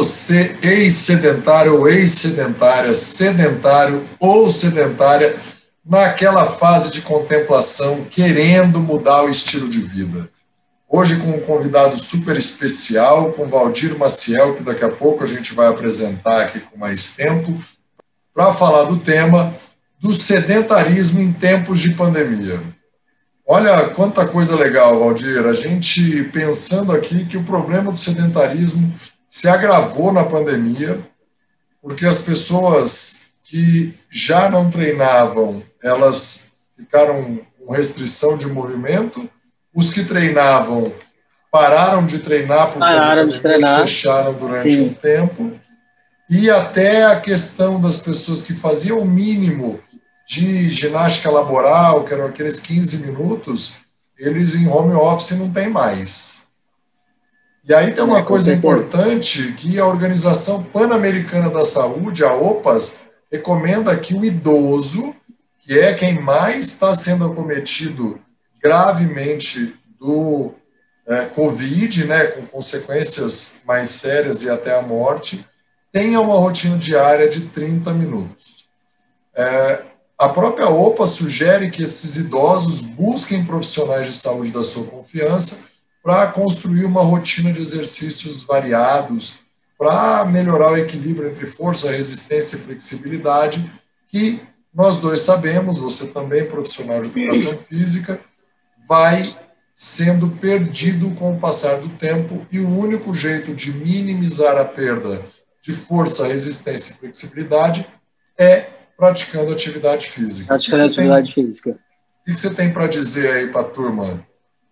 você, ex-sedentário ou ex-sedentária, sedentário ou sedentária, naquela fase de contemplação, querendo mudar o estilo de vida. Hoje com um convidado super especial, com Valdir Maciel, que daqui a pouco a gente vai apresentar aqui com mais tempo, para falar do tema do sedentarismo em tempos de pandemia. Olha quanta coisa legal, Valdir. A gente pensando aqui que o problema do sedentarismo se agravou na pandemia, porque as pessoas que já não treinavam, elas ficaram com restrição de movimento, os que treinavam pararam de treinar porque as academias fecharam durante um tempo, e até a questão das pessoas que faziam o mínimo de ginástica laboral, que eram aqueles 15 minutos, eles em home office não tem mais. E aí tem uma coisa importante que a Organização Pan-Americana da Saúde, a OPAS, recomenda que o idoso, que é quem mais está sendo acometido gravemente do Covid, né, com consequências mais sérias e até a morte, tenha uma rotina diária de 30 minutos. A própria OPA sugere que esses idosos busquem profissionais de saúde da sua confiança para construir uma rotina de exercícios variados, para melhorar o equilíbrio entre força, resistência e flexibilidade, que nós dois sabemos, você também profissional de educação física, vai sendo perdido com o passar do tempo, e o único jeito de minimizar a perda de força, resistência e flexibilidade é praticando atividade física. Praticando atividade física. O que você tem para dizer aí para a turma?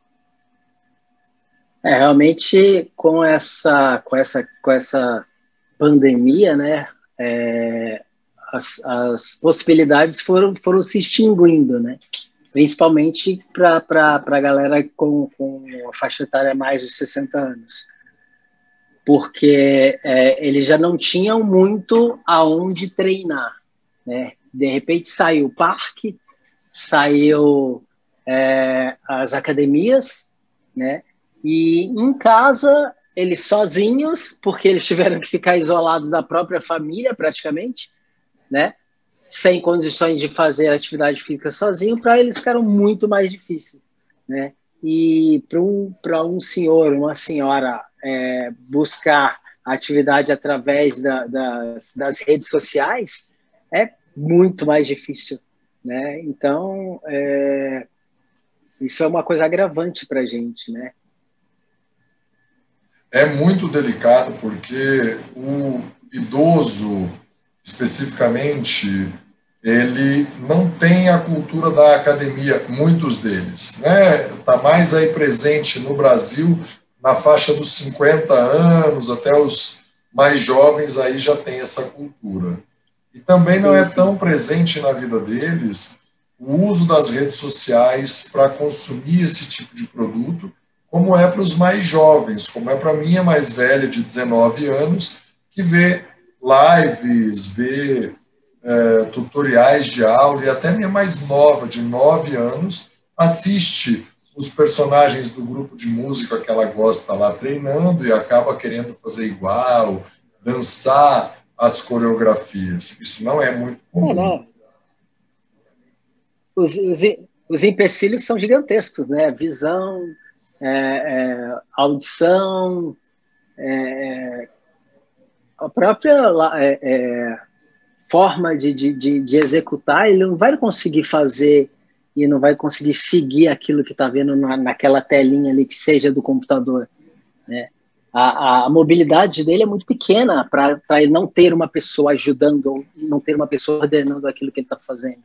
Realmente, com essa pandemia, né, as possibilidades foram se extinguindo, né? Principalmente para a galera com a faixa etária mais de 60 anos. Porque eles já não tinham muito aonde treinar, né? De repente saiu o parque, saiu as academias, né? E em casa, eles sozinhos, porque eles tiveram que ficar isolados da própria família, praticamente, né? Sem condições de fazer atividade física sozinho, para eles ficaram muito mais difícil, né? E para um senhor, uma senhora buscar atividade através das redes sociais é muito mais difícil, né? Então, isso é uma coisa agravante para a gente, né? É muito delicado porque o idoso, especificamente, ele não tem a cultura da academia, muitos deles, né? Está mais aí presente no Brasil na faixa dos 50 anos, até os mais jovens aí já tem essa cultura. E também não é tão presente na vida deles o uso das redes sociais para consumir esse tipo de produto, como é para os mais jovens, como é para a minha mais velha, de 19 anos, que vê lives, vê tutoriais de aula, e até minha mais nova, de 9 anos, assiste os personagens do grupo de música que ela gosta lá treinando e acaba querendo fazer igual, dançar as coreografias. Isso não é muito comum. Não. Os empecilhos são gigantescos, né? Visão, audição, a própria forma de executar, ele não vai conseguir fazer e não vai conseguir seguir aquilo que está vendo naquela telinha ali, que seja do computador, né? A mobilidade dele é muito pequena para ele não ter uma pessoa ajudando, não ter uma pessoa ordenando aquilo que ele está fazendo.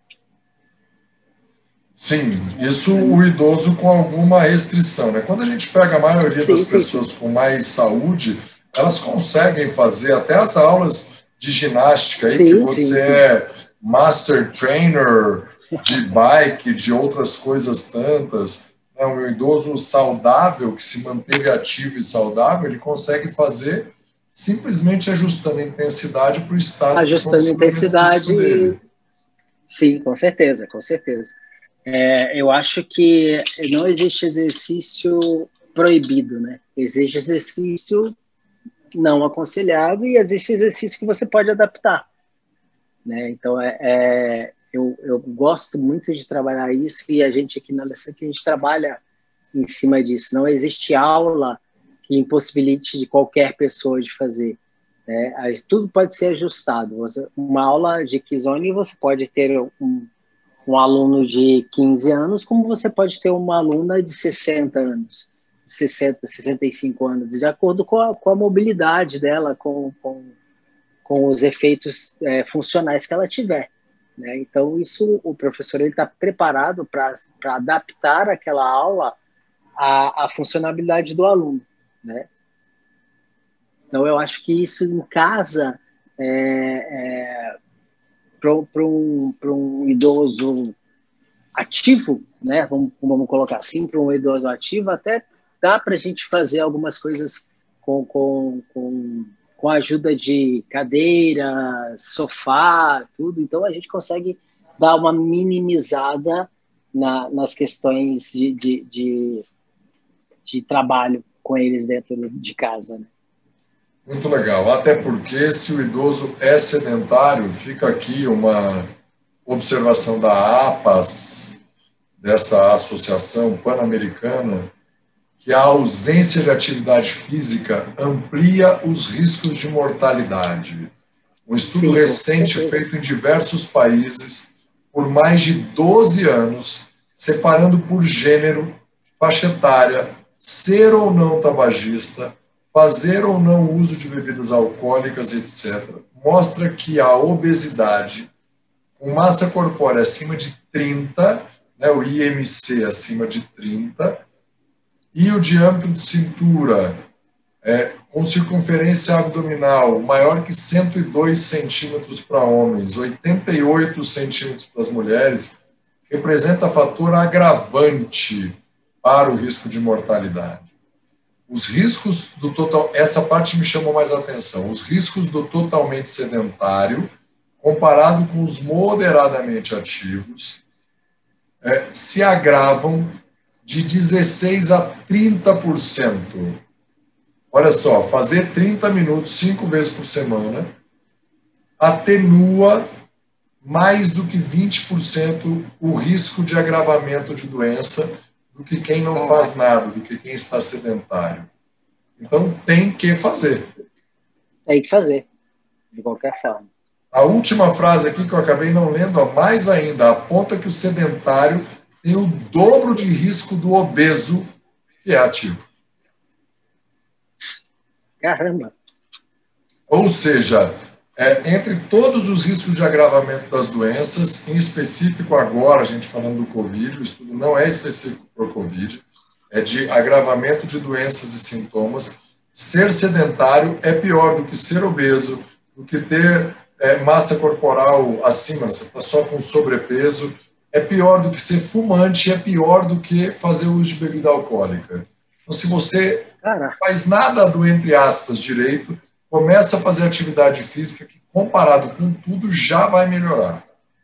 Sim, isso o idoso com alguma restrição, né? Quando a gente pega a maioria das pessoas com mais saúde, elas conseguem fazer até as aulas de ginástica aí, que você é master trainer de bike, de outras coisas tantas. Né? Um idoso saudável, que se manteve ativo e saudável, ele consegue fazer simplesmente ajustando a intensidade para o estado ajustando a intensidade dele. Sim, com certeza, com certeza. Eu acho que não existe exercício proibido, né? Existe exercício não aconselhado e existe exercício que você pode adaptar, né? Então, eu gosto muito de trabalhar isso e a gente aqui na Alessandra, a gente trabalha em cima disso. Não existe aula que impossibilite de qualquer pessoa de fazer, né? Tudo pode ser ajustado. Uma aula de Kizomba, você pode ter um aluno de 15 anos, como você pode ter uma aluna de 60 anos, 60, 65 anos, de acordo com a mobilidade dela, com os efeitos funcionais que ela tiver, né? Então, o professor está preparado para adaptar aquela aula à funcionalidade do aluno, né? Então, eu acho que isso em casa, para um idoso ativo, né? Vamos colocar assim, para um idoso ativo, até dá para a gente fazer algumas coisas com a ajuda de cadeira, sofá, tudo. Então, a gente consegue dar uma minimizada nas questões de trabalho com eles dentro de casa, né? Muito legal. Até porque, se o idoso é sedentário, fica aqui uma observação da APAS, dessa Associação Pan-Americana, que a ausência de atividade física amplia os riscos de mortalidade. Um estudo recente feito em diversos países por mais de 12 anos, separando por gênero, faixa etária, ser ou não tabagista, fazer ou não uso de bebidas alcoólicas, etc., mostra que a obesidade, com massa corpórea acima de 30, né, o IMC acima de 30, e o diâmetro de cintura com circunferência abdominal maior que 102 centímetros para homens, 88 centímetros para as mulheres, representa fator agravante para o risco de mortalidade. Os riscos do total... Essa parte me chamou mais a atenção. Os riscos do totalmente sedentário, comparado com os moderadamente ativos, se agravam de 16% a 30%. Olha só, fazer 30 minutos 5 vezes por semana atenua mais do que 20% o risco de agravamento de doença do que quem não faz nada, do que quem está sedentário. Então, tem que fazer. Tem que fazer, de qualquer forma. A última frase aqui que eu acabei não lendo, mais ainda, aponta que o sedentário tem o dobro de risco do obeso que é ativo. Caramba! Ou seja, entre todos os riscos de agravamento das doenças, em específico agora, a gente falando do Covid, o estudo não é específico para o Covid, é de agravamento de doenças e sintomas, ser sedentário é pior do que ser obeso, do que ter massa corporal acima, você está só com sobrepeso, é pior do que ser fumante, é pior do que fazer uso de bebida alcoólica. Então, se você faz nada do, entre aspas, direito, começa a fazer atividade física que, comparado com tudo, já vai melhorar.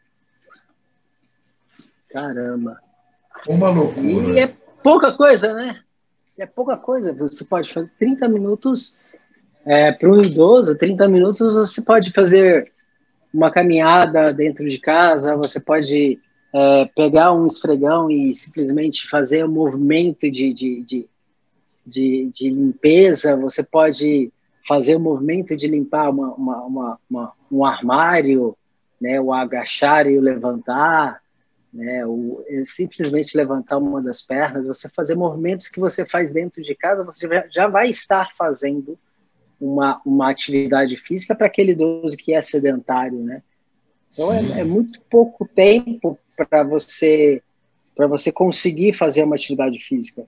Caramba! Uma loucura. E é pouca coisa, né? É pouca coisa. Você pode fazer 30 minutos para um idoso, 30 minutos você pode fazer uma caminhada dentro de casa, você pode pegar um esfregão e simplesmente fazer um movimento de limpeza, você pode fazer o movimento de limpar um armário, né, o agachar e o levantar, né, simplesmente levantar uma das pernas, você fazer movimentos que você faz dentro de casa, você já vai estar fazendo uma atividade física para aquele idoso que é sedentário, né? Então é muito pouco tempo para você conseguir fazer uma atividade física.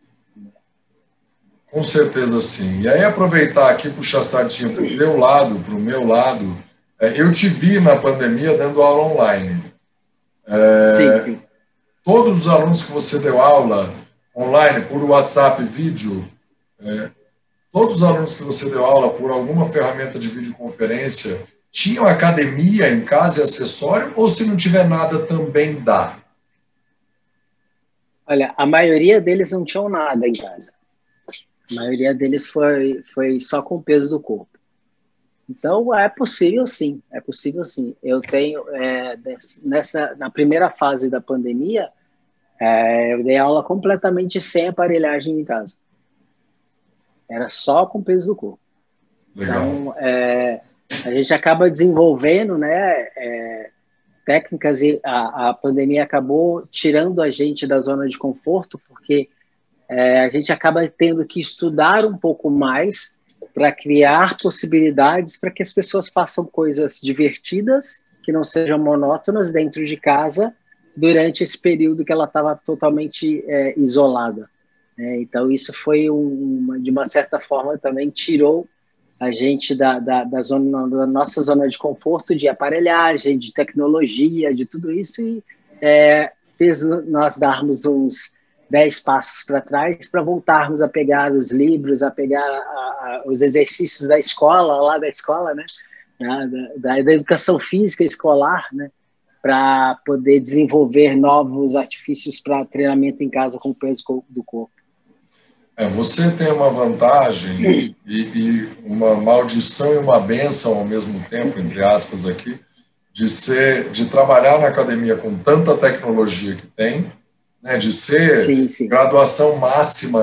Com certeza sim. E aí aproveitar aqui, puxar a sardinha para o meu lado, eu te vi na pandemia dando aula online. Sim. Todos os alunos que você deu aula online, por WhatsApp, vídeo, todos os alunos que você deu aula por alguma ferramenta de videoconferência, tinham academia em casa e acessório, ou se não tiver nada, também dá? Olha, a maioria deles não tinham nada em casa. A maioria deles foi só com o peso do corpo. Então, é possível sim, é possível sim. Eu tenho, na primeira fase da pandemia, eu dei aula completamente sem aparelhagem em casa. Era só com o peso do corpo. Legal. Então, a gente acaba desenvolvendo, né, técnicas, e a pandemia acabou tirando a gente da zona de conforto, porque a gente acaba tendo que estudar um pouco mais para criar possibilidades para que as pessoas façam coisas divertidas, que não sejam monótonas dentro de casa, durante esse período que ela estava totalmente isolada. Então, isso foi, de uma certa forma, também tirou a gente da nossa zona de conforto, de aparelhagem, de tecnologia, de tudo isso, e fez nós darmos uns 10 passos para trás para voltarmos a pegar os livros, a pegar os exercícios da escola, lá da escola, né? Da educação física escolar, né? Para poder desenvolver novos artifícios para treinamento em casa com o peso do corpo. Você tem uma vantagem e uma maldição e uma bênção ao mesmo tempo, entre aspas aqui, de trabalhar na academia com tanta tecnologia que tem, né, de ser sim. graduação máxima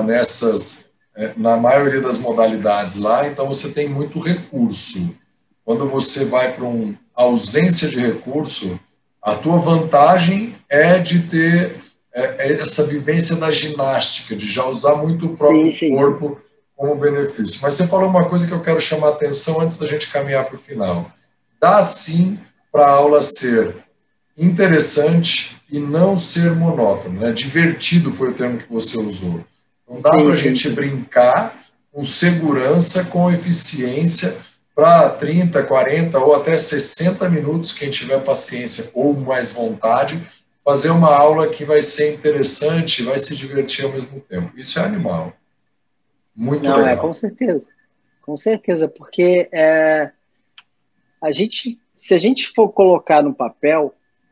na maioria das modalidades lá, então você tem muito recurso. Quando você vai para uma ausência de recurso, a tua vantagem é de ter essa vivência da ginástica, de já usar muito o próprio corpo como benefício. Mas você falou uma coisa que eu quero chamar a atenção antes da gente caminhar para o final. Dá sim para a aula ser interessante e não ser monótono, né? Divertido foi o termo que você usou. Não dá para a gente brincar com segurança, com eficiência, para 30, 40 ou até 60 minutos, quem tiver paciência ou mais vontade, fazer uma aula que vai ser interessante, vai se divertir ao mesmo tempo. Isso é animal. Muito legal. Com certeza, porque se a gente for colocar no papel,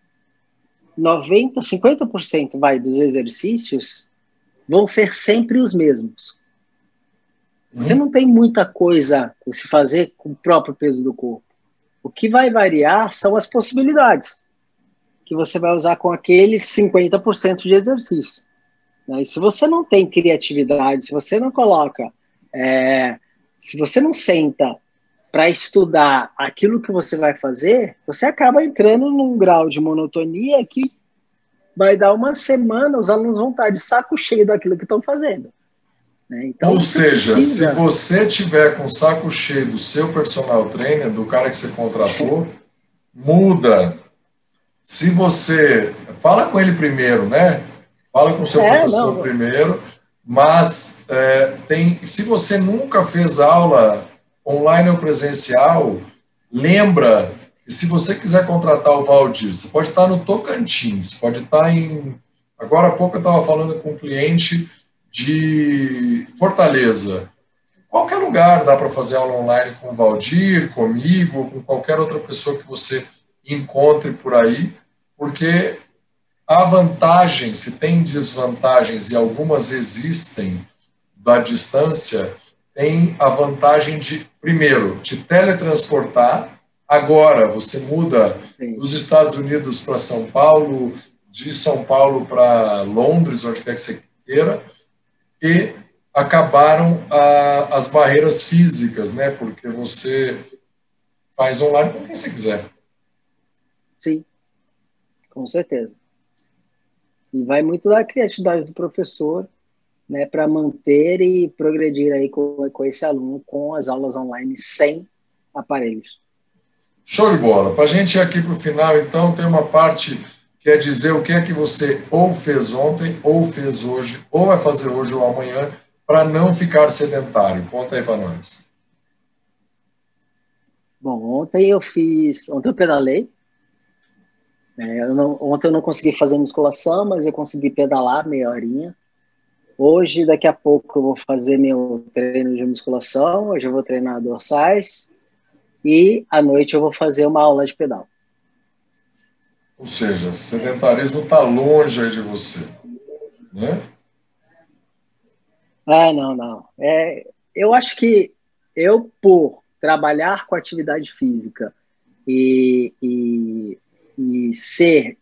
50% dos exercícios vão ser sempre os mesmos. Porque não tem muita coisa a se fazer com o próprio peso do corpo. O que vai variar são as possibilidades que você vai usar com aqueles 50% de exercício. E se você não tem criatividade, se você não coloca, se você não senta para estudar aquilo que você vai fazer, você acaba entrando num grau de monotonia que vai dar uma semana, os alunos vão estar de saco cheio daquilo que estão fazendo. Então, ou seja, se você tiver com o saco cheio do seu personal trainer, do cara que você contratou, muda. Se você... Fala com ele primeiro, né? Fala com o seu professor primeiro, mas se você nunca fez aula online ou presencial, lembra que se você quiser contratar o Valdir, você pode estar no Tocantins, pode estar em... Agora há pouco eu estava falando com um cliente de Fortaleza. Qualquer lugar dá para fazer aula online com o Valdir, comigo, com qualquer outra pessoa que você encontre por aí, porque a vantagem, se tem desvantagens e algumas existem da distância, tem a vantagem de, primeiro, te teletransportar. Agora você muda dos Estados Unidos para São Paulo, de São Paulo para Londres, onde quer que você queira, e acabaram as barreiras físicas, né? Porque você faz online com quem você quiser. Sim, com certeza. E vai muito da criatividade do professor, né, para manter e progredir aí com esse aluno com as aulas online sem aparelhos. Show de bola. Para a gente ir aqui para o final, então, tem uma parte que é dizer o que é que você ou fez ontem, ou fez hoje, ou vai fazer hoje ou amanhã, para não ficar sedentário. Conta aí para nós. Bom, ontem eu pedalei. Ontem eu não consegui fazer musculação, mas eu consegui pedalar meia horinha. Hoje, daqui a pouco, eu vou fazer meu treino de musculação. Hoje eu vou treinar dorsais. E à noite eu vou fazer uma aula de pedal. Ou seja, sedentarismo está longe aí de você, né? Ah, não, não. Eu acho que eu, por trabalhar com atividade física e, e, e ser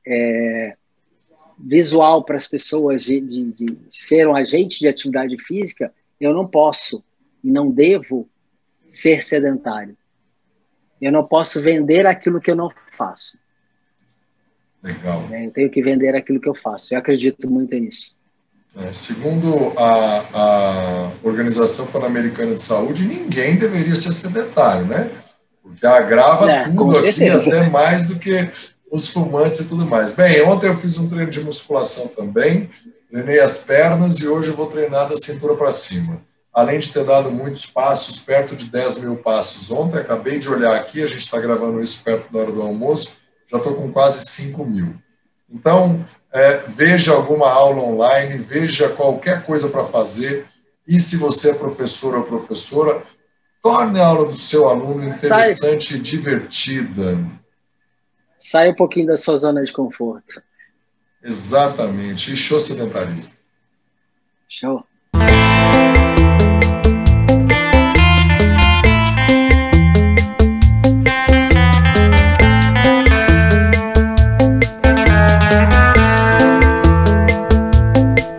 visual para as pessoas de ser um agente de atividade física, eu não posso e não devo ser sedentário. Eu não posso vender aquilo que eu não faço. Legal. Né? Eu tenho que vender aquilo que eu faço. Eu acredito muito nisso. Segundo a Organização Pan-Americana de Saúde, ninguém deveria ser sedentário, né? Porque agrava Com tudo aqui, certeza. até mais do que os fumantes e tudo mais. Bem, ontem eu fiz um treino de musculação também, treinei as pernas e hoje eu vou treinar da cintura para cima. Além de ter dado muitos passos, perto de 10 mil passos ontem, acabei de olhar aqui, a gente está gravando isso perto da hora do almoço, já estou com quase 5 mil. Então, veja alguma aula online, veja qualquer coisa para fazer, e se você é professor ou professora, torne a aula do seu aluno interessante e divertida. Sai um pouquinho da sua zona de conforto. Exatamente. E show sedentarismo. Show.